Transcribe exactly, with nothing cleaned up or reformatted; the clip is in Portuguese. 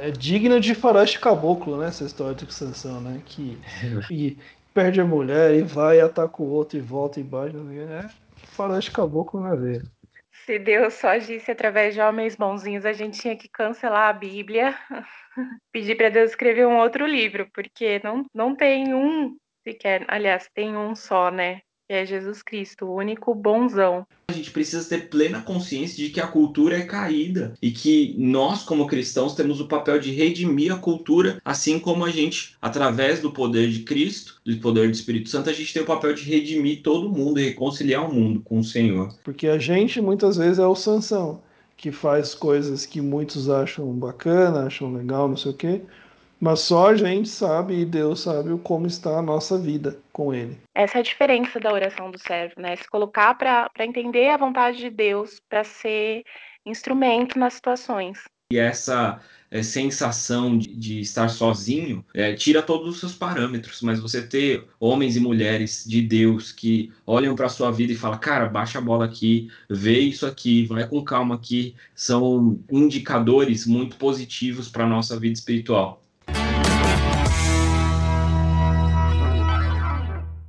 É digno de faroeste caboclo, né? Essa história de Sansão, né? Que e perde a mulher e vai, ataca o outro e volta e bate. É faroeste caboclo na veia. Se Deus só agisse através de homens bonzinhos, a gente tinha que cancelar a Bíblia, pedir para Deus escrever um outro livro, porque não, não tem um sequer, aliás, tem um só, né? Que é Jesus Cristo, o único bonzão. A gente precisa ter plena consciência de que a cultura é caída e que nós, como cristãos, temos o papel de redimir a cultura, assim como a gente, através do poder de Cristo, do poder do Espírito Santo, a gente tem o papel de redimir todo mundo e reconciliar o mundo com o Senhor. Porque a gente muitas vezes é o Sansão, que faz coisas que muitos acham bacana, acham legal, não sei o quê, mas só a gente sabe e Deus sabe o como está a nossa vida com Ele. Essa é a diferença da oração do servo, né? Se colocar para para entender a vontade de Deus, para ser instrumento nas situações. E essa é, sensação de, de estar sozinho é, tira todos os seus parâmetros, mas você ter homens e mulheres de Deus que olham para a sua vida e falam, cara, baixa a bola aqui, vê isso aqui, vai com calma aqui, são indicadores muito positivos para a nossa vida espiritual.